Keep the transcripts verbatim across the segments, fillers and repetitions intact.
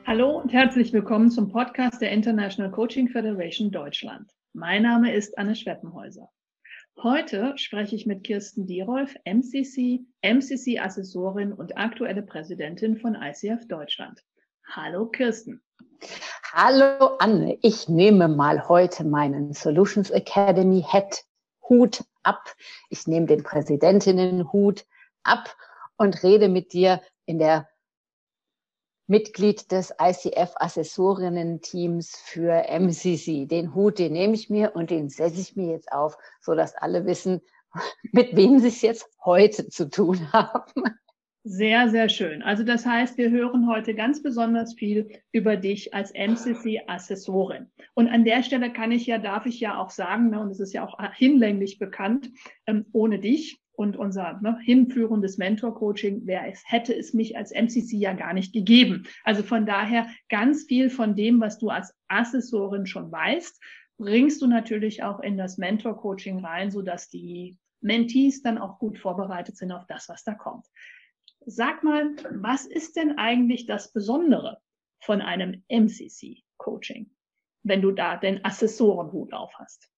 Hallo und herzlich willkommen zum Podcast der International Coaching Federation Deutschland. Mein Name ist Anne Schweppenhäuser. Heute spreche ich mit Kirsten Dierolf, M C C, M C C-Assessorin und aktuelle Präsidentin von I C F Deutschland. Hallo Kirsten. Hallo Anne, ich nehme mal heute meinen Solutions Academy Head Hut ab. Ich nehme den Präsidentinnen-Hut ab und rede mit dir in der Mitglied des I C F-Assessorinnen-Teams für M C C. Den Hut, den nehme ich mir und den setze ich mir jetzt auf, sodass alle wissen, mit wem sie es jetzt heute zu tun haben. Sehr, sehr schön. Also das heißt, wir hören heute ganz besonders viel über dich als M C C-Assessorin. Und an der Stelle kann ich ja, darf ich ja auch sagen, ne, und es ist ja auch hinlänglich bekannt, ähm, ohne dich und unser ne, hinführendes Mentor-Coaching, wäre es, hätte es mich als M C C ja gar nicht gegeben. Also von daher ganz viel von dem, was du als Assessorin schon weißt, bringst du natürlich auch in das Mentor-Coaching rein, sodass die Mentees dann auch gut vorbereitet sind auf das, was da kommt. Sag mal, was ist denn eigentlich das Besondere von einem M C C-Coaching, wenn du da den Assessorenhut auf hast?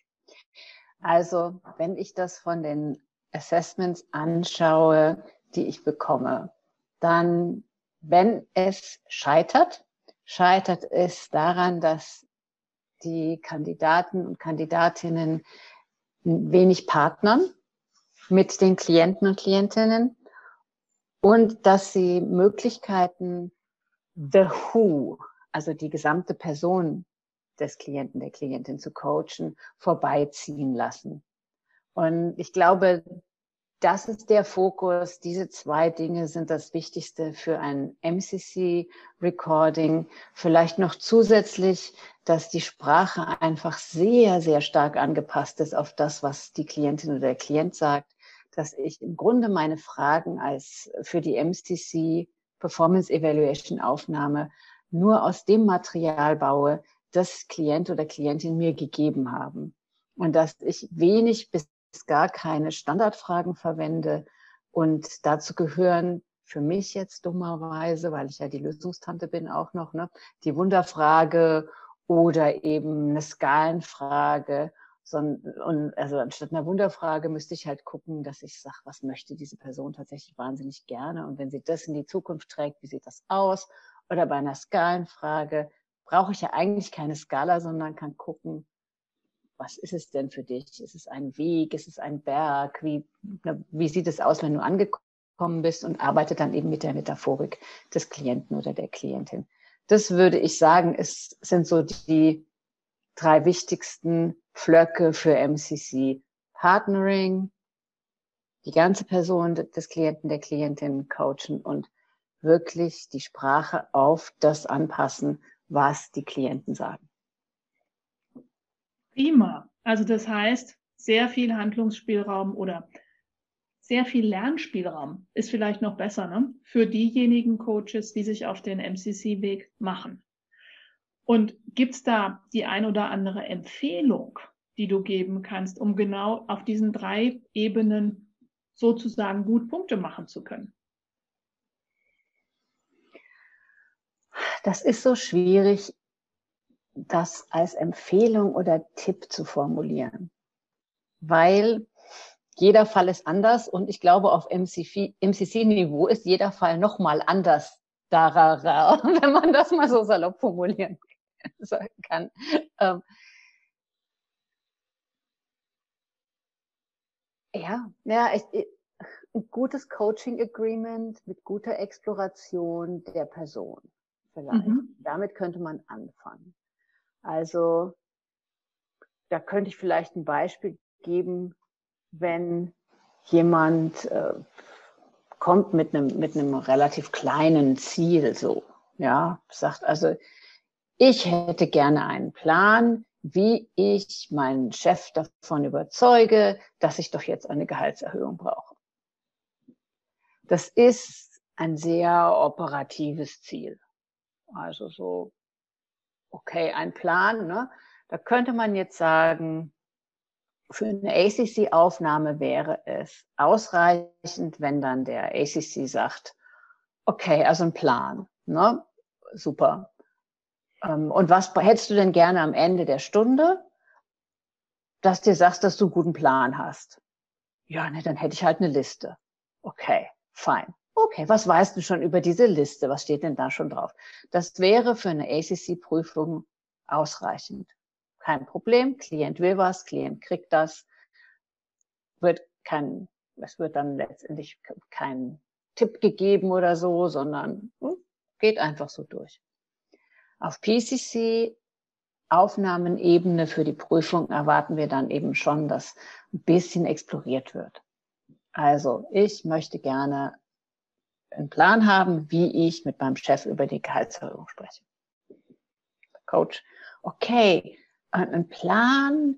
Also, wenn ich das von den Assessments anschaue, die ich bekomme, dann, wenn es scheitert, scheitert es daran, dass die Kandidaten und Kandidatinnen wenig partnern mit den Klienten und Klientinnen und dass sie Möglichkeiten, the who, also die gesamte Person des Klienten, der Klientin zu coachen, vorbeiziehen lassen. Und ich glaube, das ist der Fokus. Diese zwei Dinge sind das Wichtigste für ein M C C-Recording. Vielleicht noch zusätzlich, dass die Sprache einfach sehr, sehr stark angepasst ist auf das, was die Klientin oder der Klient sagt. Dass ich im Grunde meine Fragen als für die M C C Performance Evaluation Aufnahme nur aus dem Material baue, das Klient oder Klientin mir gegeben haben. Und dass ich wenig bis gar keine Standardfragen verwende. Und dazu gehören für mich jetzt dummerweise, weil ich ja die Lösungstante bin auch noch, ne, die Wunderfrage oder eben eine Skalenfrage. Und also anstatt einer Wunderfrage müsste ich halt gucken, dass ich sage, was möchte diese Person tatsächlich wahnsinnig gerne? Und wenn sie das in die Zukunft trägt, wie sieht das aus? Oder bei einer Skalenfrage brauche ich ja eigentlich keine Skala, sondern kann gucken, was ist es denn für dich? Ist es ein Weg? Ist es ein Berg? Wie, wie sieht es aus, wenn du angekommen bist? Und arbeite dann eben mit der Metaphorik des Klienten oder der Klientin. Das würde ich sagen, es sind so die drei wichtigsten Pflöcke für M C C. Partnering, die ganze Person des Klienten, der Klientin coachen und wirklich die Sprache auf das anpassen, was die Klienten sagen. Prima. Also das heißt, sehr viel Handlungsspielraum oder sehr viel Lernspielraum ist vielleicht noch besser, ne? Für diejenigen Coaches, die sich auf den M C C-Weg machen. Und gibt es da die ein oder andere Empfehlung, die du geben kannst, um genau auf diesen drei Ebenen sozusagen gut Punkte machen zu können? Das ist so schwierig, das als Empfehlung oder Tipp zu formulieren, weil jeder Fall ist anders und ich glaube, auf M C C-Niveau ist jeder Fall nochmal anders, darer, wenn man das mal so salopp formulieren kann. Ähm, ja, ja, ich, ich, ein gutes Coaching-Agreement mit guter Exploration der Person vielleicht. Mhm. Damit könnte man anfangen. Also da könnte ich vielleicht ein Beispiel geben, wenn jemand äh, kommt mit einem mit einem relativ kleinen Ziel, so, ja, sagt also, ich hätte gerne einen Plan, wie ich meinen Chef davon überzeuge, dass ich doch jetzt eine Gehaltserhöhung brauche. Das ist ein sehr operatives Ziel. Also so, okay, ein Plan, ne? Da könnte man jetzt sagen, für eine A C C-Aufnahme wäre es ausreichend, wenn dann der A C C sagt, okay, also ein Plan, ne? super. Und was hättest du denn gerne am Ende der Stunde, dass dir sagst, dass du einen guten Plan hast? Ja, ne, dann hätte ich halt eine Liste. Okay, fein. Okay, was weißt du schon über diese Liste? Was steht denn da schon drauf? Das wäre für eine A C C-Prüfung ausreichend. Kein Problem. Klient will was, Klient kriegt das. Wird kein, es wird dann letztendlich kein Tipp gegeben oder so, sondern hm, geht einfach so durch. Auf P C C Aufnahmenebene für die Prüfung erwarten wir dann eben schon, dass ein bisschen exploriert wird. Also ich möchte gerne einen Plan haben, wie ich mit meinem Chef über die Gehaltserhöhung spreche. Coach, okay, ein Plan.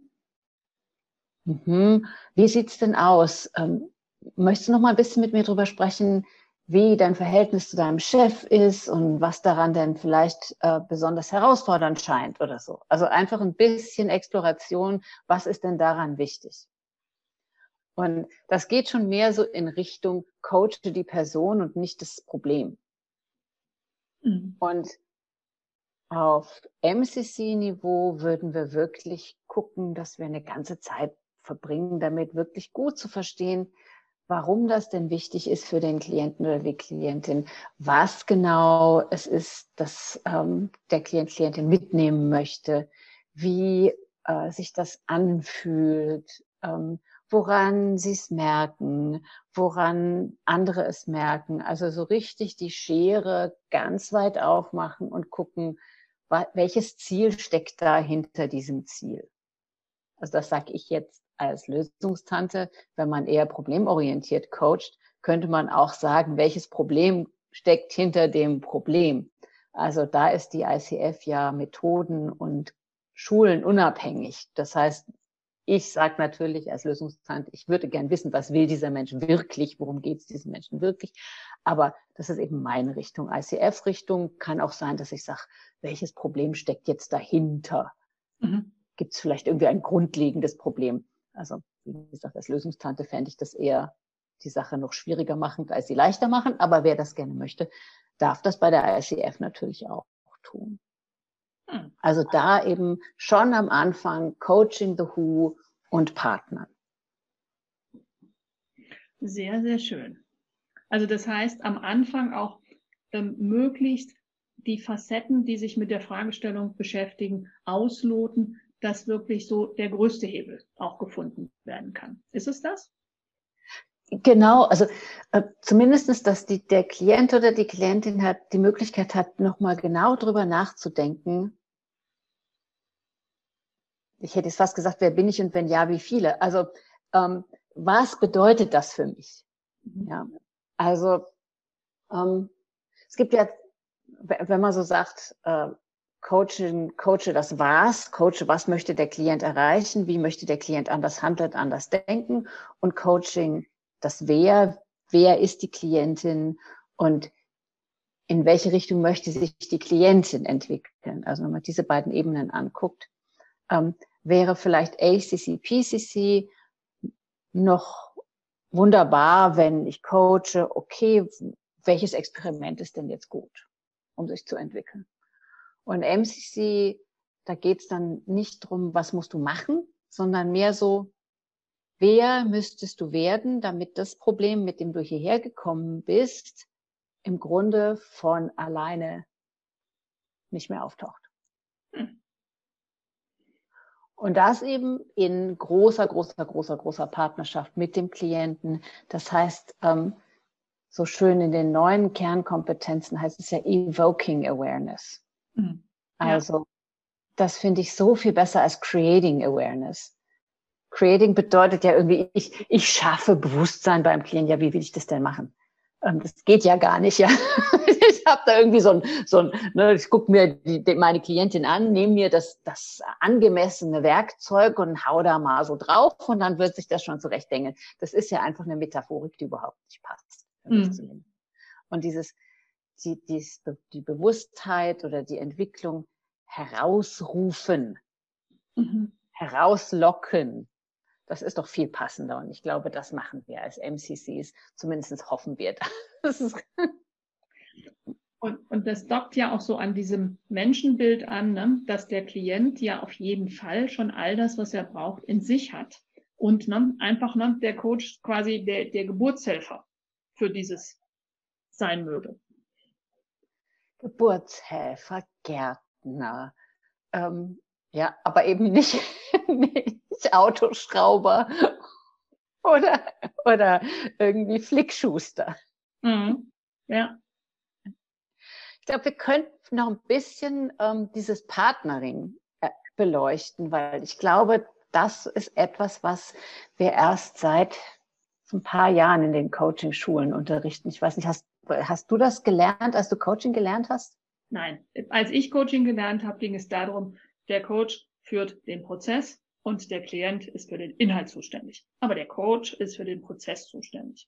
Mhm. Wie sieht's denn aus? Ähm, möchtest du noch mal ein bisschen mit mir drüber sprechen, wie dein Verhältnis zu deinem Chef ist und was daran denn vielleicht äh, besonders herausfordernd scheint oder so? Also einfach ein bisschen Exploration. Was ist denn daran wichtig? Und das geht schon mehr so in Richtung coache die Person und nicht das Problem. Mhm. Und auf M C C-Niveau würden wir wirklich gucken, dass wir eine ganze Zeit verbringen, damit wirklich gut zu verstehen, warum das denn wichtig ist für den Klienten oder die Klientin, was genau es ist, dass ähm, der Klient, Klientin mitnehmen möchte, wie äh, sich das anfühlt, ähm, woran sie es merken, woran andere es merken. Also so richtig die Schere ganz weit aufmachen und gucken, welches Ziel steckt da hinter diesem Ziel. Also das sage ich jetzt als Lösungstante. Wenn man eher problemorientiert coacht, könnte man auch sagen, welches Problem steckt hinter dem Problem. Also da ist die I C F ja Methoden und Schulen unabhängig. Das heißt, ich sage natürlich als Lösungstante, ich würde gern wissen, was will dieser Mensch wirklich, worum geht es diesem Menschen wirklich. Aber das ist eben meine Richtung. I C F-Richtung kann auch sein, dass ich sage, welches Problem steckt jetzt dahinter? Mhm. Gibt es vielleicht irgendwie ein grundlegendes Problem? Also wie gesagt, als Lösungstante fände ich das eher die Sache noch schwieriger machen, als sie leichter machen. Aber wer das gerne möchte, darf das bei der I C F natürlich auch tun. Also da eben schon am Anfang Coaching the Who und Partnern. Sehr, sehr schön. Also das heißt, am Anfang auch ähm, möglichst die Facetten, die sich mit der Fragestellung beschäftigen, ausloten, dass wirklich so der größte Hebel auch gefunden werden kann. Ist es das? Genau, also äh, zumindest, dass die, der Klient oder die Klientin hat die Möglichkeit hat, nochmal genau drüber nachzudenken. Ich hätte jetzt fast gesagt, wer bin ich und wenn ja, wie viele? Also ähm, was bedeutet das für mich? Mhm. Ja, also ähm, es gibt ja, wenn man so sagt, äh, Coaching, coache das Was, coache, was möchte der Klient erreichen, wie möchte der Klient anders handeln, anders denken und Coaching das Wer, wer ist die Klientin und in welche Richtung möchte sich die Klientin entwickeln. Also wenn man diese beiden Ebenen anguckt, ähm, wäre vielleicht A C C, P C C noch wunderbar, wenn ich coache, okay, welches Experiment ist denn jetzt gut, um sich zu entwickeln. Und M C C, da geht es dann nicht drum, was musst du machen, sondern mehr so, wer müsstest du werden, damit das Problem, mit dem du hierher gekommen bist, im Grunde von alleine nicht mehr auftaucht. Hm. Und das eben in großer, großer, großer, großer Partnerschaft mit dem Klienten. Das heißt, ähm, so schön in den neuen Kernkompetenzen heißt es ja Evoking Awareness. Mhm. Also das finde ich so viel besser als Creating Awareness. Creating bedeutet ja irgendwie, ich, ich schaffe Bewusstsein beim Klienten. Ja, wie will ich das denn machen? Ähm, das geht ja gar nicht, ja. Ich habe da irgendwie so ein, so ein ne, ich gucke mir die, die, meine Klientin an, nehme mir das, das angemessene Werkzeug und hau da mal so drauf und dann wird sich das schon zurechtdenken. Das ist ja einfach eine Metaphorik, die überhaupt nicht passt. Mhm. Und dieses, die, die, die Bewusstheit oder die Entwicklung herausrufen, mhm. herauslocken, das ist doch viel passender. Und ich glaube, das machen wir als M C Cs. Zumindest hoffen wir das. Und, und das dockt ja auch so an diesem Menschenbild an, ne, dass der Klient ja auf jeden Fall schon all das, was er braucht, in sich hat. Und ne, einfach ne, der Coach quasi der, der Geburtshelfer für dieses sein würde. Geburtshelfer, Gärtner, ähm, ja, aber eben nicht, nicht Autoschrauber oder, oder irgendwie Flickschuster. Mhm. Ja. Ich glaube, wir könnten noch ein bisschen ähm, dieses Partnering äh, beleuchten, weil ich glaube, das ist etwas, was wir erst seit so ein paar Jahren in den Coaching-Schulen unterrichten. Ich weiß nicht, hast, hast du das gelernt, als du Coaching gelernt hast? Nein, als ich Coaching gelernt habe, ging es darum, der Coach führt den Prozess und der Klient ist für den Inhalt zuständig. Aber der Coach ist für den Prozess zuständig.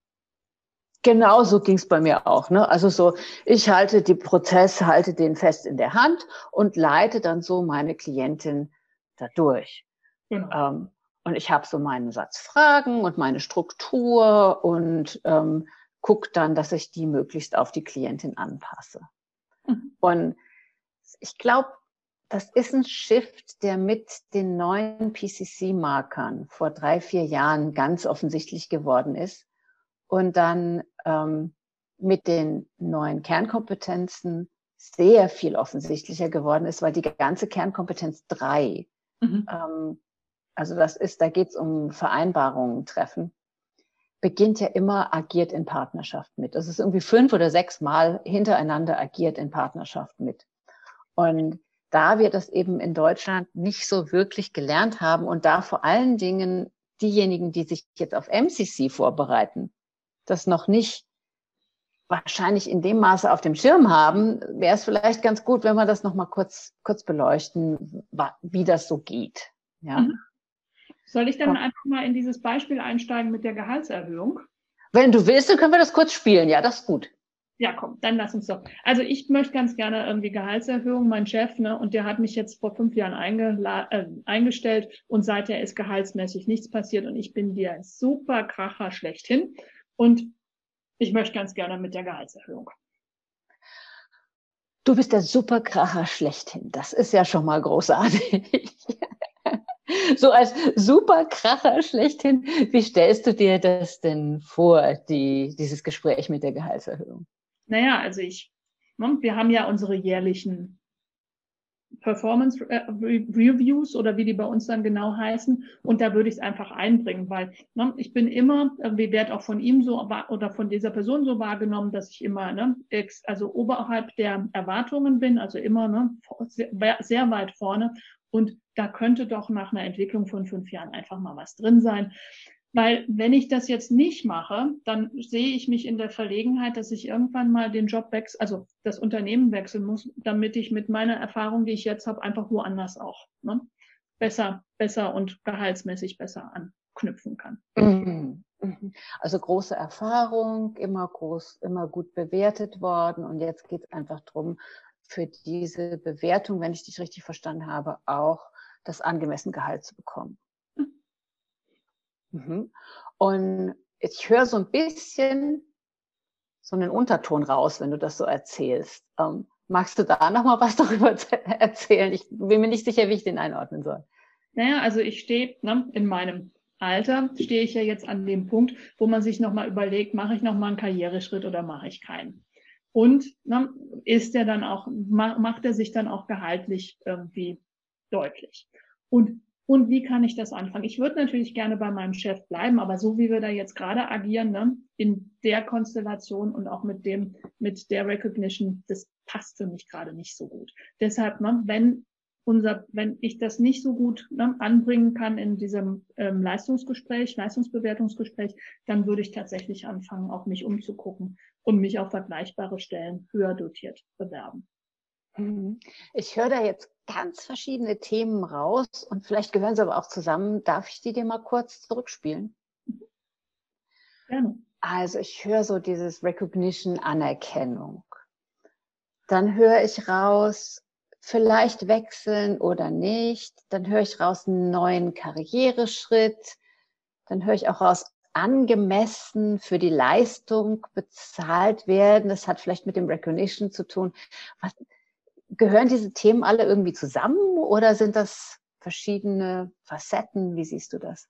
Genau so ging es bei mir auch. Ne? Also so, ich halte die Prozesse, halte den fest in der Hand und leite dann so meine Klientin dadurch. Genau. Ähm, und ich habe so meinen Satz Fragen und meine Struktur und ähm, gucke dann, dass ich die möglichst auf die Klientin anpasse. Mhm. Und ich glaube, das ist ein Shift, der mit den neuen P C C-Markern vor drei, vier Jahren ganz offensichtlich geworden ist. Und dann ähm, mit den neuen Kernkompetenzen sehr viel offensichtlicher geworden ist, weil die ganze Kernkompetenz drei, mhm. ähm, also das ist, da geht es um Vereinbarungen treffen, beginnt ja immer agiert in Partnerschaft mit. Das ist irgendwie fünf oder sechs Mal hintereinander agiert in Partnerschaft mit. Und da wir das eben in Deutschland nicht so wirklich gelernt haben und da vor allen Dingen diejenigen, die sich jetzt auf M C C vorbereiten, das noch nicht wahrscheinlich in dem Maße auf dem Schirm haben, wäre es vielleicht ganz gut, wenn wir das noch mal kurz, kurz beleuchten, wie das so geht. Ja? Mhm. Soll ich dann Komm. einfach mal in dieses Beispiel einsteigen mit der Gehaltserhöhung? Wenn du willst, dann können wir das kurz spielen. Ja, das ist gut. Ja, komm, dann lass uns doch. Also ich möchte ganz gerne irgendwie Gehaltserhöhung. Mein Chef, ne, und der hat mich jetzt vor fünf Jahren äh, eingestellt und seither ist gehaltsmäßig nichts passiert und ich bin der Superkracher schlechthin und ich möchte ganz gerne mit der Gehaltserhöhung. Du bist der Superkracher schlechthin. Das ist ja schon mal großartig. So als Superkracher schlechthin, wie stellst du dir das denn vor, die, dieses Gespräch mit der Gehaltserhöhung? Naja, also ich, ne, wir haben ja unsere jährlichen Performance Reviews oder wie die bei uns dann genau heißen. Und da würde ich es einfach einbringen, weil ne, ich bin immer, wie werde auch von ihm so oder von dieser Person so wahrgenommen, dass ich immer, ne, also oberhalb der Erwartungen bin, also immer ne, sehr, sehr weit vorne. Und da könnte doch nach einer Entwicklung von fünf Jahren einfach mal was drin sein. Weil wenn ich das jetzt nicht mache, dann sehe ich mich in der Verlegenheit, dass ich irgendwann mal den Job wechseln, also das Unternehmen wechseln muss, damit ich mit meiner Erfahrung, die ich jetzt habe, einfach woanders auch ne, besser, besser und gehaltsmäßig besser anknüpfen kann. Also große Erfahrung, immer groß, immer gut bewertet worden und jetzt geht es einfach darum, für diese Bewertung, wenn ich dich richtig verstanden habe, auch das angemessene Gehalt zu bekommen. Mhm. Und ich höre so ein bisschen so einen Unterton raus, wenn du das so erzählst. Ähm, magst du da noch mal was darüber erzählen? Ich bin mir nicht sicher, wie ich den einordnen soll. Naja, also ich stehe ne, in meinem Alter, stehe ich ja jetzt an dem Punkt, wo man sich noch mal überlegt, mache ich noch mal einen Karriereschritt oder mache ich keinen? Und ne, ist der dann auch, macht er sich dann auch gehaltlich irgendwie deutlich? Und Und wie kann ich das anfangen? Ich würde natürlich gerne bei meinem Chef bleiben, aber so wie wir da jetzt gerade agieren, ne, in der Konstellation und auch mit dem, mit der Recognition, das passt für mich gerade nicht so gut. Deshalb, ne, wenn unser, wenn ich das nicht so gut ne, anbringen kann in diesem ähm, Leistungsgespräch, Leistungsbewertungsgespräch, dann würde ich tatsächlich anfangen, auch mich umzugucken und mich auf vergleichbare Stellen höher dotiert bewerben. Ich höre da jetzt ganz verschiedene Themen raus und vielleicht gehören sie aber auch zusammen. Darf ich die dir mal kurz zurückspielen? Gerne. Also ich höre so dieses Recognition, Anerkennung. Dann höre ich raus, vielleicht wechseln oder nicht. Dann höre ich raus einen neuen Karriereschritt. Dann höre ich auch raus angemessen für die Leistung bezahlt werden? Das hat vielleicht mit dem Recognition zu tun. Was, gehören diese Themen alle irgendwie zusammen oder sind das verschiedene Facetten? Wie siehst du das?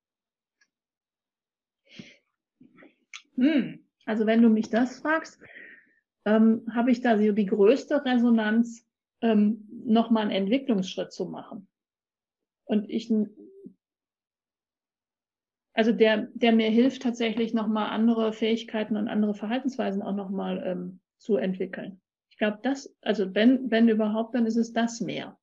Hm. Also wenn du mich das fragst, ähm, habe ich da so die größte Resonanz, ähm, nochmal einen Entwicklungsschritt zu machen. Und ich, also der, der mir hilft tatsächlich nochmal andere Fähigkeiten und andere Verhaltensweisen auch nochmal ähm, zu entwickeln. Ich glaube, das, also wenn, wenn überhaupt, dann ist es das mehr.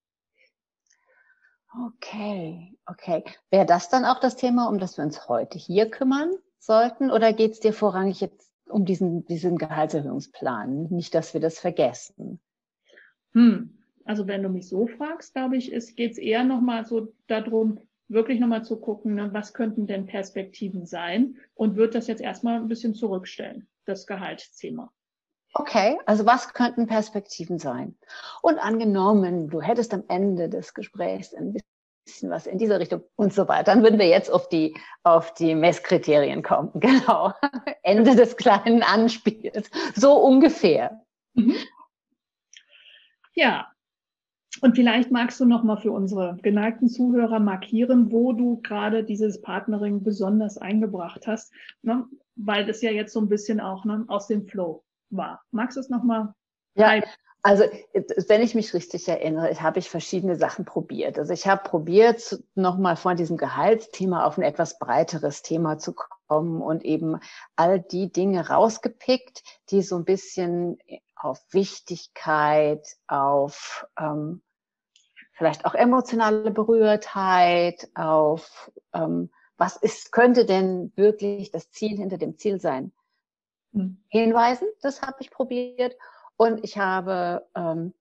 Okay, okay. Wäre das dann auch das Thema, um das wir uns heute hier kümmern sollten? Oder geht es dir vorrangig jetzt um diesen, diesen Gehaltserhöhungsplan? Nicht, dass wir das vergessen. Hm. Also wenn du mich so fragst, glaube ich, geht es eher nochmal so darum, wirklich nochmal zu gucken, ne, was könnten denn Perspektiven sein und wird das jetzt erstmal ein bisschen zurückstellen, das Gehaltsthema. Okay, also was könnten Perspektiven sein? Und angenommen, du hättest am Ende des Gesprächs ein bisschen was in dieser Richtung und so weiter, dann würden wir jetzt auf die, auf die Messkriterien kommen. Genau, Ende des kleinen Anspiels, so ungefähr. Mhm. Ja, und vielleicht magst du noch mal für unsere geneigten Zuhörer markieren, wo du gerade dieses Partnering besonders eingebracht hast, ne? Weil das ja jetzt so ein bisschen auch, ne, aus dem Flow war. Magst du es noch mal? Ja, also wenn ich mich richtig erinnere, habe ich verschiedene Sachen probiert. Also ich habe probiert, nochmal von diesem Gehaltsthema auf ein etwas breiteres Thema zu kommen und eben all die Dinge rausgepickt, die so ein bisschen auf Wichtigkeit, auf ähm, vielleicht auch emotionale Berührtheit, auf ähm, was ist, könnte denn wirklich das Ziel hinter dem Ziel sein, hm. hinweisen. Das habe ich probiert. Und ich habe ähm,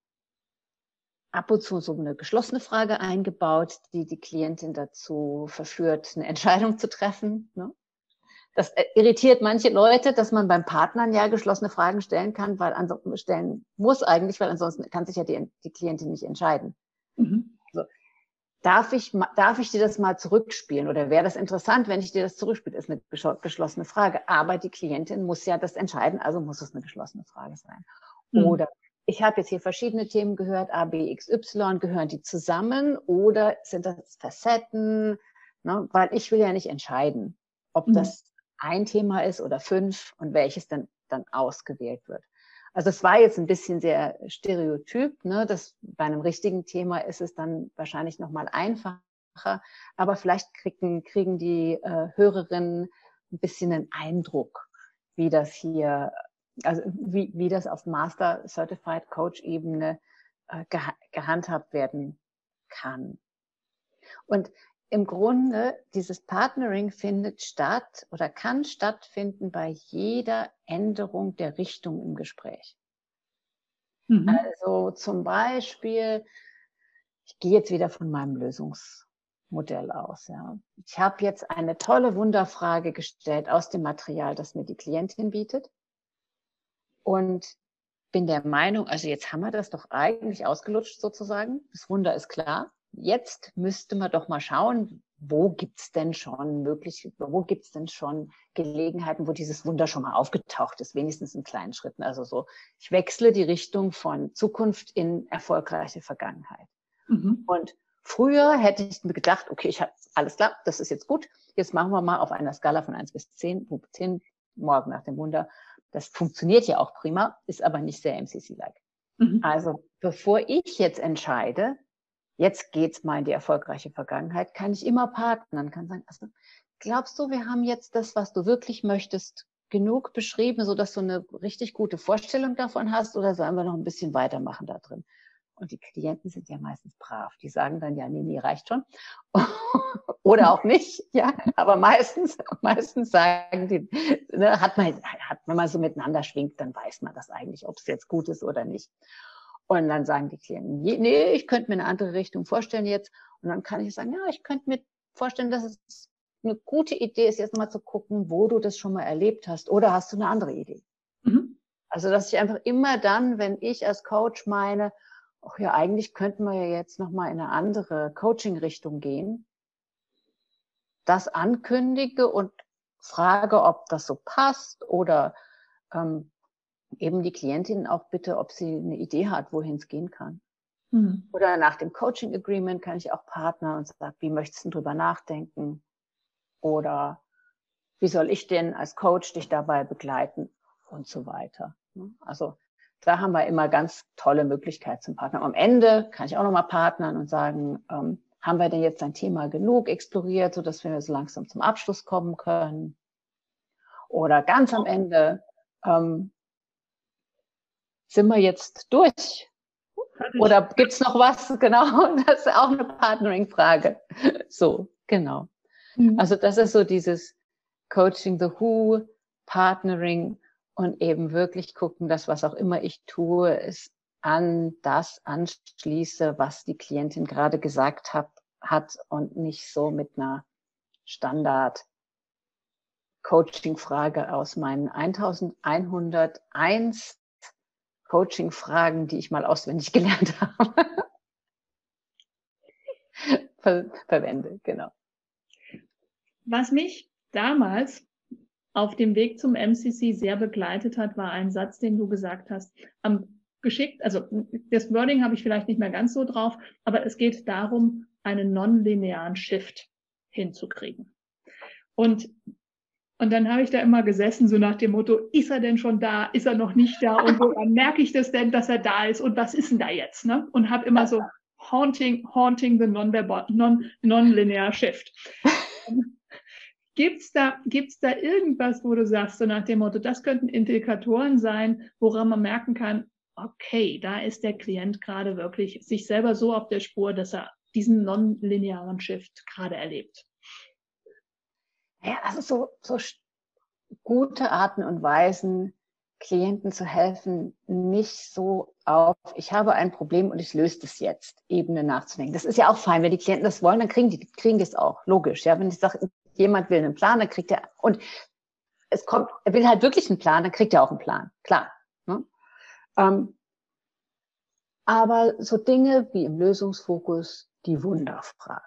ab und zu so eine geschlossene Frage eingebaut, die die Klientin dazu verführt, eine Entscheidung zu treffen. Ne? Das irritiert manche Leute, dass man beim Partnern ja geschlossene Fragen stellen kann, weil ansonsten stellen muss eigentlich, weil ansonsten kann sich ja die, die Klientin nicht entscheiden. Mhm. Also, darf ich, darf ich dir das mal zurückspielen oder wäre das interessant, wenn ich dir das zurückspiele? Ist eine geschlossene Frage. Aber die Klientin muss ja das entscheiden, also muss es eine geschlossene Frage sein. Mhm. Oder ich habe jetzt hier verschiedene Themen gehört, A, B, X, Y, gehören die zusammen oder sind das Facetten? Ne? Weil ich will ja nicht entscheiden, ob mhm. das ein Thema ist oder fünf und welches dann, dann ausgewählt wird. Also es war jetzt ein bisschen sehr stereotyp, ne? Das, bei einem richtigen Thema ist es dann wahrscheinlich nochmal einfacher, aber vielleicht kriegen, kriegen die äh, Hörerinnen ein bisschen einen Eindruck, wie das hier, also wie, wie das auf Master Certified Coach Ebene äh, geha gehandhabt werden kann. Und im Grunde, dieses Partnering findet statt oder kann stattfinden bei jeder Änderung der Richtung im Gespräch. Mhm. Also zum Beispiel, ich gehe jetzt wieder von meinem Lösungsmodell aus. Ja. Ich habe jetzt eine tolle Wunderfrage gestellt aus dem Material, das mir die Klientin bietet. Und bin der Meinung, also jetzt haben wir das doch eigentlich ausgelutscht sozusagen. Das Wunder ist klar. Jetzt müsste man doch mal schauen, wo gibt's denn schon möglich, wo gibt's denn schon Gelegenheiten, wo dieses Wunder schon mal aufgetaucht ist, wenigstens in kleinen Schritten. Also so, ich wechsle die Richtung von Zukunft in erfolgreiche Vergangenheit. Mhm. Und früher hätte ich mir gedacht, okay, ich habe alles klar, das ist jetzt gut. Jetzt machen wir mal auf einer Skala von eins bis zehn, wo zehn morgen nach dem Wunder. Das funktioniert ja auch prima, ist aber nicht sehr M C C-like. Mhm. Also bevor ich jetzt entscheide, jetzt geht's mal in die erfolgreiche Vergangenheit, kann ich immer partnern, kann sagen, also, glaubst du, wir haben jetzt das, was du wirklich möchtest, genug beschrieben, so dass du eine richtig gute Vorstellung davon hast, oder sollen wir noch ein bisschen weitermachen da drin? Und die Klienten sind ja meistens brav. Die sagen dann, ja, nee, nee, reicht schon. Oder auch nicht, ja. Aber meistens, meistens sagen die, ne, hat man, hat, wenn man so miteinander schwingt, dann weiß man das eigentlich, ob es jetzt gut ist oder nicht. Und dann sagen die Klienten, nee, ich könnte mir eine andere Richtung vorstellen jetzt. Und dann kann ich sagen, ja, ich könnte mir vorstellen, dass es eine gute Idee ist, jetzt mal zu gucken, wo du das schon mal erlebt hast. Oder hast du eine andere Idee? Mhm. Also, dass ich einfach immer dann, wenn ich als Coach meine, ach ja, eigentlich könnten wir ja jetzt nochmal in eine andere Coaching-Richtung gehen, das ankündige und frage, ob das so passt oder ähm, eben die Klientin auch bitte, ob sie eine Idee hat, wohin es gehen kann. Mhm. Oder nach dem Coaching Agreement kann ich auch partnern und sagen, wie möchtest du drüber nachdenken? Oder wie soll ich denn als Coach dich dabei begleiten? Und so weiter. Also da haben wir immer ganz tolle Möglichkeiten zum Partnern. Am Ende kann ich auch nochmal partnern und sagen, ähm, haben wir denn jetzt ein Thema genug exploriert, sodass wir so langsam zum Abschluss kommen können? Oder ganz am Ende, ähm, sind wir jetzt durch? Oder gibt's noch was? Genau, das ist auch eine Partnering-Frage. So, genau. Mhm. Also das ist so dieses Coaching the Who, Partnering und eben wirklich gucken, dass was auch immer ich tue, ist an das anschließe, was die Klientin gerade gesagt hat, hat und nicht so mit einer Standard Coaching-Frage aus meinen elfhunderteins Coaching-Fragen, die ich mal auswendig gelernt habe, ver verwende, genau. Was mich damals auf dem Weg zum M C C sehr begleitet hat, war ein Satz, den du gesagt hast. Am geschickt, also das Wording habe ich vielleicht nicht mehr ganz so drauf, aber es geht darum, einen nonlinearen Shift hinzukriegen. Und Und dann habe ich da immer gesessen, so nach dem Motto, ist er denn schon da, ist er noch nicht da und woran merke ich das denn, dass er da ist und was ist denn da jetzt, ne? Und habe immer so haunting, haunting the non-verbal, non, non-linear shift. Gibt's da, gibt's da irgendwas, wo du sagst, so nach dem Motto, das könnten Indikatoren sein, woran man merken kann, okay, da ist der Klient gerade wirklich sich selber so auf der Spur, dass er diesen non-linearen Shift gerade erlebt? Ja, also so, so gute Arten und Weisen, Klienten zu helfen, nicht so auf, ich habe ein Problem und ich löse das jetzt, Ebene nachzudenken. Das ist ja auch fein. Wenn die Klienten das wollen, dann kriegen die, kriegen die es auch. Logisch. Ja, wenn ich sage, jemand will einen Plan, dann kriegt er, und es kommt, er will halt wirklich einen Plan, dann kriegt er auch einen Plan. Klar. Ne? Ähm, aber so Dinge wie im Lösungsfokus, die Wunderfrage.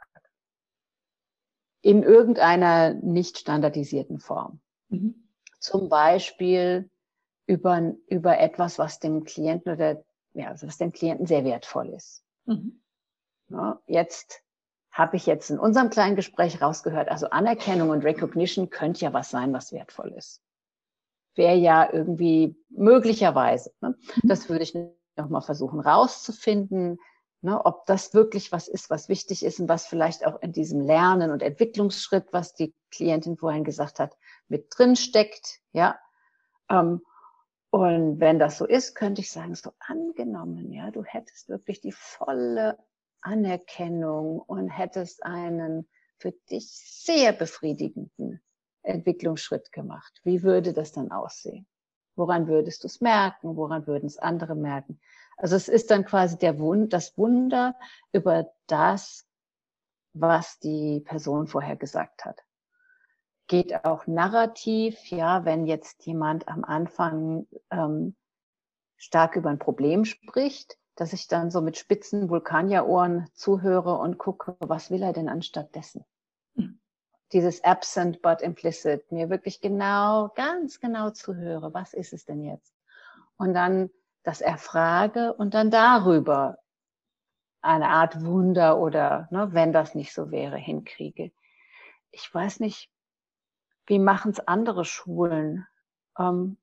In irgendeiner nicht standardisierten Form. Mhm. Zum Beispiel über, über etwas, was dem Klienten oder, ja, also was dem Klienten sehr wertvoll ist. Mhm. Ja, jetzt habe ich jetzt in unserem kleinen Gespräch rausgehört, also Anerkennung und Recognition könnte ja was sein, was wertvoll ist. Wäre ja irgendwie möglicherweise, ne? Mhm. Das würde ich nochmal versuchen rauszufinden, ne, ob das wirklich was ist, was wichtig ist und was vielleicht auch in diesem Lernen- und Entwicklungsschritt, was die Klientin vorhin gesagt hat, mit drin steckt, ja. Ähm, und wenn das so ist, könnte ich sagen, so angenommen, ja, du hättest wirklich die volle Anerkennung und hättest einen für dich sehr befriedigenden Entwicklungsschritt gemacht. Wie würde das dann aussehen? Woran würdest du es merken? Woran würden es andere merken? Also es ist dann quasi der Wund, das Wunder über das, was die Person vorher gesagt hat. Geht auch narrativ, ja, wenn jetzt jemand am Anfang ähm, stark über ein Problem spricht, dass ich dann so mit spitzen Vulkanierohren zuhöre und gucke, was will er denn anstatt dessen? Mhm. Dieses absent but implicit, mir wirklich genau, ganz genau zuhöre, was ist es denn jetzt? Und dann das erfrage und dann darüber eine Art Wunder oder, ne, wenn das nicht so wäre, hinkriege. Ich weiß nicht, wie machen es andere Schulen? Ähm,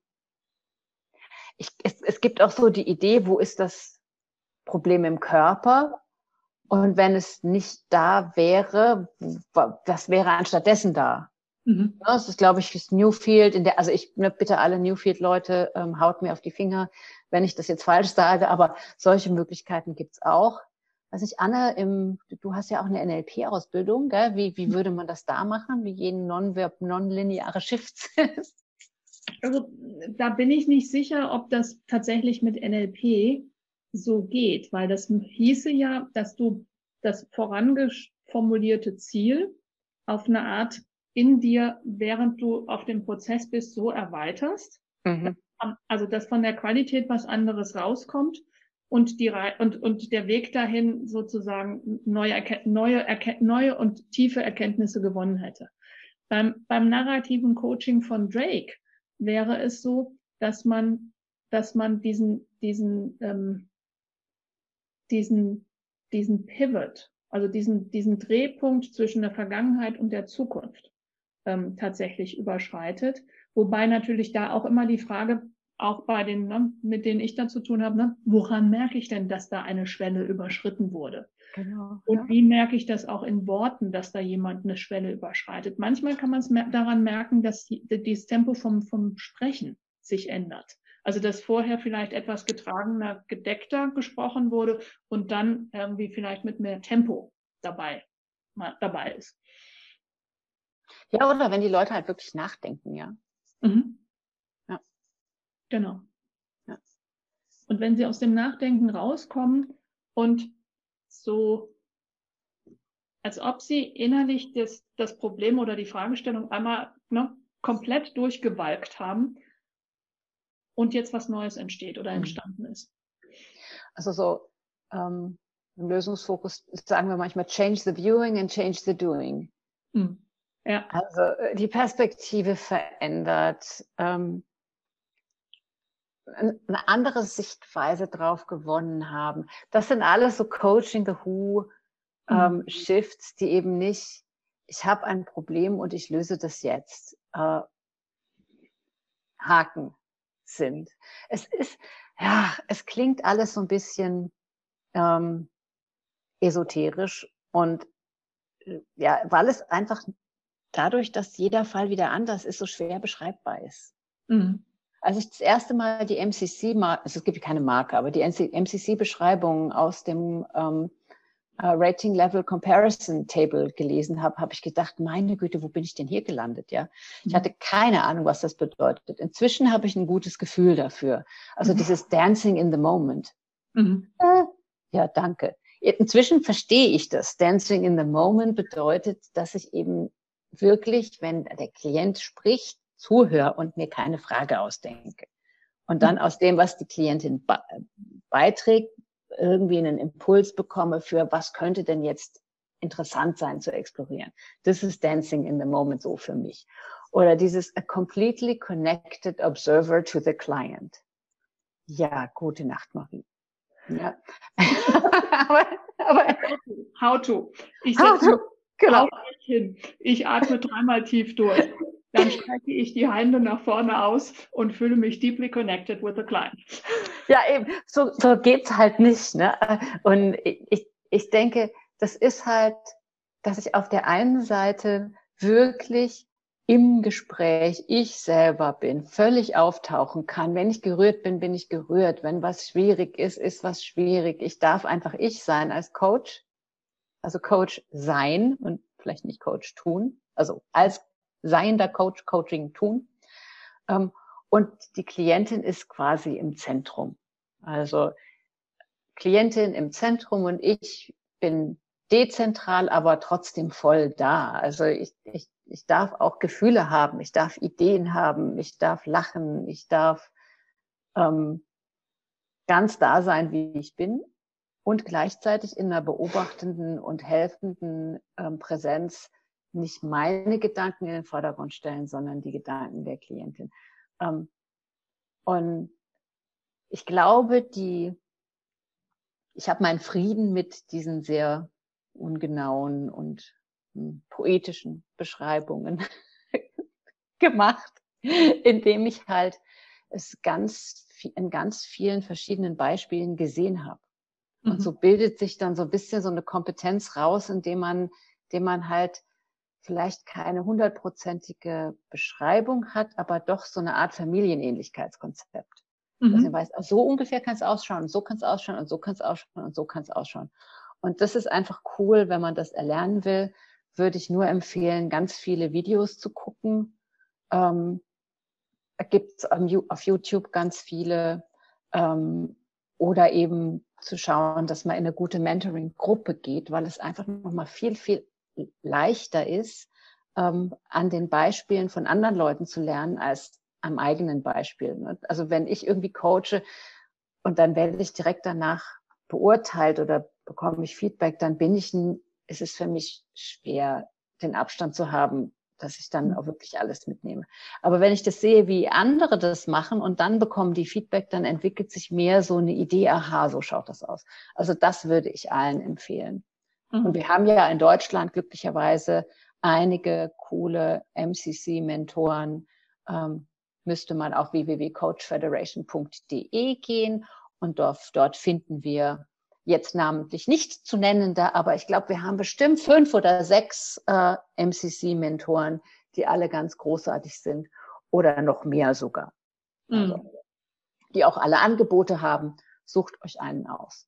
ich, es, es gibt auch so die Idee, wo ist das Problem im Körper? Und wenn es nicht da wäre, was wäre anstattdessen da? Mhm. Das ist, glaube ich, das Newfield. In der, also ich ne, bitte alle Newfield-Leute, ähm, haut mir auf die Finger, wenn ich das jetzt falsch sage, aber solche Möglichkeiten gibt's auch. Weiß nicht, Anne, im, du hast ja auch eine N L P-Ausbildung, gell? Wie, wie würde man das da machen, wie jeden non-verb, non-lineare Shifts ist? Also da bin ich nicht sicher, ob das tatsächlich mit N L P so geht, weil das hieße ja, dass du das vorangeformulierte Ziel auf eine Art in dir, während du auf dem Prozess bist, so erweiterst. Mhm. Also, dass von der Qualität was anderes rauskommt und die, und, und der Weg dahin sozusagen neue, neue, neue und tiefe Erkenntnisse gewonnen hätte. Beim, beim narrativen Coaching von Drake wäre es so, dass man, dass man diesen, diesen, ähm, diesen, diesen Pivot, also diesen, diesen Drehpunkt zwischen der Vergangenheit und der Zukunft ähm, tatsächlich überschreitet. Wobei natürlich da auch immer die Frage, auch bei den, ne, mit denen ich da zu tun habe, ne, woran merke ich denn, dass da eine Schwelle überschritten wurde? Genau. Und Ja. wie merke ich das auch in Worten, dass da jemand eine Schwelle überschreitet? Manchmal kann man es mer- daran merken, dass die, das Tempo vom, vom Sprechen sich ändert. Also dass vorher vielleicht etwas getragener, gedeckter gesprochen wurde und dann irgendwie vielleicht mit mehr Tempo dabei, mal, dabei ist. Ja, oder wenn die Leute halt wirklich nachdenken, ja. Mhm. Ja. Genau. Ja. Und wenn sie aus dem Nachdenken rauskommen und so, als ob sie innerlich das, das Problem oder die Fragestellung einmal ne, komplett durchgewalkt haben und jetzt was Neues entsteht oder entstanden ist. Also so ähm, im Lösungsfokus sagen wir manchmal change the viewing and change the doing. Mhm. Ja. Also die Perspektive verändert, ähm, eine andere Sichtweise drauf gewonnen haben. Das sind alles so Coaching the Who ähm, Mhm. Shifts, die eben nicht, ich habe ein Problem und ich löse das jetzt, äh, Haken sind. Es ist, ja, es klingt alles so ein bisschen ähm, esoterisch und äh, ja, weil es einfach dadurch, dass jeder Fall wieder anders ist, so schwer beschreibbar ist. Mhm. Als ich das erste Mal die M C C, also es gibt keine Marke, aber die M C C-Beschreibung aus dem ähm, uh, Rating Level Comparison Table gelesen habe, habe ich gedacht, meine Güte, wo bin ich denn hier gelandet? Ja, ich Mhm. hatte keine Ahnung, was das bedeutet. Inzwischen habe ich ein gutes Gefühl dafür. Also Mhm. dieses Dancing in the Moment. Mhm. Äh, ja, danke. Inzwischen verstehe ich das. Dancing in the Moment bedeutet, dass ich eben wirklich, wenn der Klient spricht, zuhöre und mir keine Frage ausdenke. Und dann aus dem, was die Klientin be beiträgt, irgendwie einen Impuls bekomme für, was könnte denn jetzt interessant sein zu explorieren. Das ist Dancing in the Moment so für mich. Oder dieses a completely connected observer to the client. Ja, gute Nacht, Marie. Ja. aber, aber How to. Ich how setze to, genau. auf mich hin. Ich atme dreimal tief durch. Dann strecke ich die Hände nach vorne aus und fühle mich deeply connected with the client. Ja, eben, so, so geht's halt nicht. Ne? Und ich, ich denke, das ist halt, dass ich auf der einen Seite wirklich im Gespräch ich selber bin, völlig auftauchen kann. Wenn ich gerührt bin, bin ich gerührt. Wenn was schwierig ist, ist was schwierig. Ich darf einfach ich sein als Coach. Also Coach sein und vielleicht nicht Coach tun. Also als seiender Coach Coaching tun. Und die Klientin ist quasi im Zentrum. Also Klientin im Zentrum und ich bin dezentral, aber trotzdem voll da. Also ich, ich, ich darf auch Gefühle haben, ich darf Ideen haben, ich darf lachen, ich darf ähm, ganz da sein, wie ich bin und gleichzeitig in einer beobachtenden und helfenden ähm, Präsenz nicht meine Gedanken in den Vordergrund stellen, sondern die Gedanken der Klientin. Ähm, und ich glaube, die ich habe meinen Frieden mit diesen sehr ungenauen und hm, poetischen Beschreibungen gemacht, indem ich halt es ganz in ganz vielen verschiedenen Beispielen gesehen habe. Mhm. Und so bildet sich dann so ein bisschen so eine Kompetenz raus, indem man, indem man halt vielleicht keine hundertprozentige Beschreibung hat, aber doch so eine Art Familienähnlichkeitskonzept. Mhm. Dass man weiß, so ungefähr kann es ausschauen, und so kann es ausschauen und so kann es ausschauen und so kann es ausschauen. Und das ist einfach cool, wenn man das erlernen will, würde ich nur empfehlen, ganz viele Videos zu gucken. Ähm, gibt es auf YouTube ganz viele ähm, oder eben zu schauen, dass man in eine gute Mentoring-Gruppe geht, weil es einfach nochmal viel, viel leichter ist, ähm, an den Beispielen von anderen Leuten zu lernen, als am eigenen Beispiel. Ne? Also wenn ich irgendwie coache und dann werde ich direkt danach beurteilt oder bekomme ich Feedback, dann bin ich, ist es für mich schwer, den Abstand zu haben dass ich dann auch wirklich alles mitnehme. Aber wenn ich das sehe, wie andere das machen und dann bekommen die Feedback, dann entwickelt sich mehr so eine Idee, aha, so schaut das aus. Also das würde ich allen empfehlen. Mhm. Und wir haben ja in Deutschland glücklicherweise einige coole M C C-Mentoren. Ähm, müsste man auf w w w punkt coach federation punkt d e gehen und dort, dort finden wir jetzt namentlich nicht zu nennende, aber ich glaube, wir haben bestimmt fünf oder sechs äh, M C C-Mentoren, die alle ganz großartig sind oder noch mehr sogar. Also, mhm. Die auch alle Angebote haben. Sucht euch einen aus.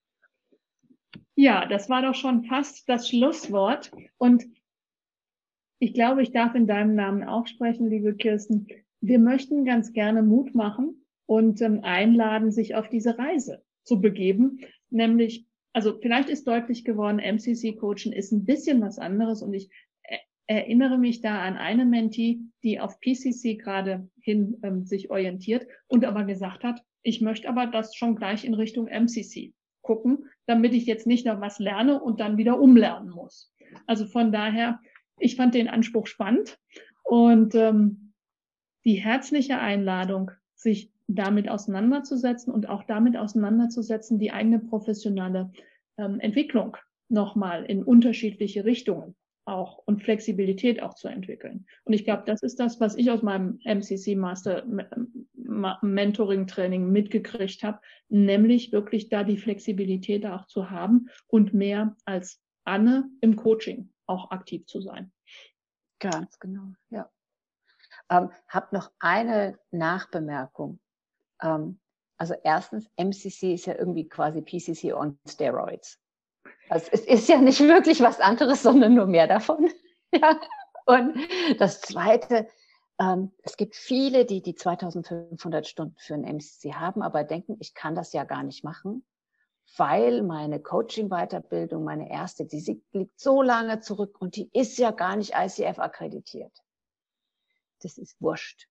Ja, das war doch schon fast das Schlusswort. Und ich glaube, ich darf in deinem Namen auch sprechen, liebe Kirsten. Wir möchten ganz gerne Mut machen und ähm, einladen, sich auf diese Reise zu begeben. Nämlich, also vielleicht ist deutlich geworden, M C C-Coaching ist ein bisschen was anderes. Und ich äh, erinnere mich da an eine Mentee, die auf P C C gerade hin ähm, sich orientiert und aber gesagt hat, ich möchte aber das schon gleich in Richtung M C C gucken, damit ich jetzt nicht noch was lerne und dann wieder umlernen muss. Also von daher, ich fand den Anspruch spannend und ähm, die herzliche Einladung, sich damit auseinanderzusetzen und auch damit auseinanderzusetzen, die eigene professionelle ähm, Entwicklung nochmal in unterschiedliche Richtungen auch und Flexibilität auch zu entwickeln. Und ich glaube, das ist das, was ich aus meinem M C C Master Mentoring Training mitgekriegt habe, nämlich wirklich da die Flexibilität auch zu haben und mehr als Anne im Coaching auch aktiv zu sein. Ganz genau, ja. Ähm, hab noch eine Nachbemerkung. Ähm, also erstens, M C C ist ja irgendwie quasi P C C on Steroids. Also es ist ja nicht wirklich was anderes, sondern nur mehr davon. Ja. Und das Zweite, ähm, es gibt viele, die die zweitausendfünfhundert Stunden für ein M C C haben, aber denken, ich kann das ja gar nicht machen, weil meine Coaching-Weiterbildung, meine erste, die liegt so lange zurück und die ist ja gar nicht I C F akkreditiert. Das ist wurscht.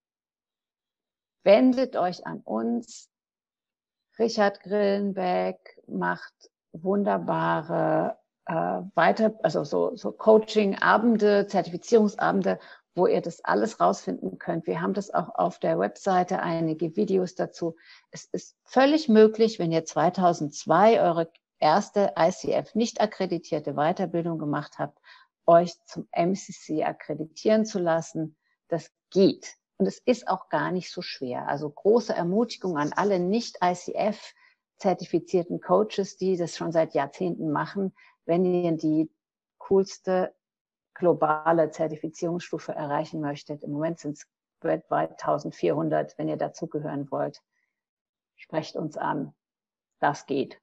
Wendet euch an uns. Richard Grillenbeck macht wunderbare äh, weiter, also so, so Coaching-Abende, Zertifizierungsabende, wo ihr das alles rausfinden könnt. Wir haben das auch auf der Webseite, einige Videos dazu. Es ist völlig möglich, wenn ihr zweitausendzwei eure erste I C F nicht akkreditierte Weiterbildung gemacht habt, euch zum M C C akkreditieren zu lassen. Das geht. Und es ist auch gar nicht so schwer. Also große Ermutigung an alle nicht I C F-zertifizierten Coaches, die das schon seit Jahrzehnten machen. Wenn ihr die coolste globale Zertifizierungsstufe erreichen möchtet, im Moment sind es weltweit eintausendvierhundert, wenn ihr dazugehören wollt, sprecht uns an. Das geht.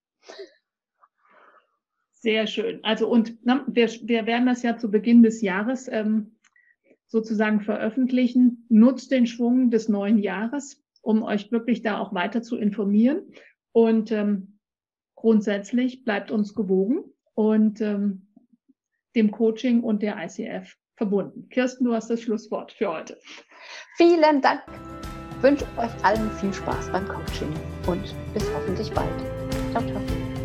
Sehr schön. Also und na, wir, wir werden das ja zu Beginn des Jahres ähm, sozusagen veröffentlichen. Nutzt den Schwung des neuen Jahres, um euch wirklich da auch weiter zu informieren. Und ähm, grundsätzlich bleibt uns gewogen und ähm, dem Coaching und der I C F verbunden. Kirsten, du hast das Schlusswort für heute. Vielen Dank. Ich wünsche euch allen viel Spaß beim Coaching und bis hoffentlich bald. Ciao, ciao.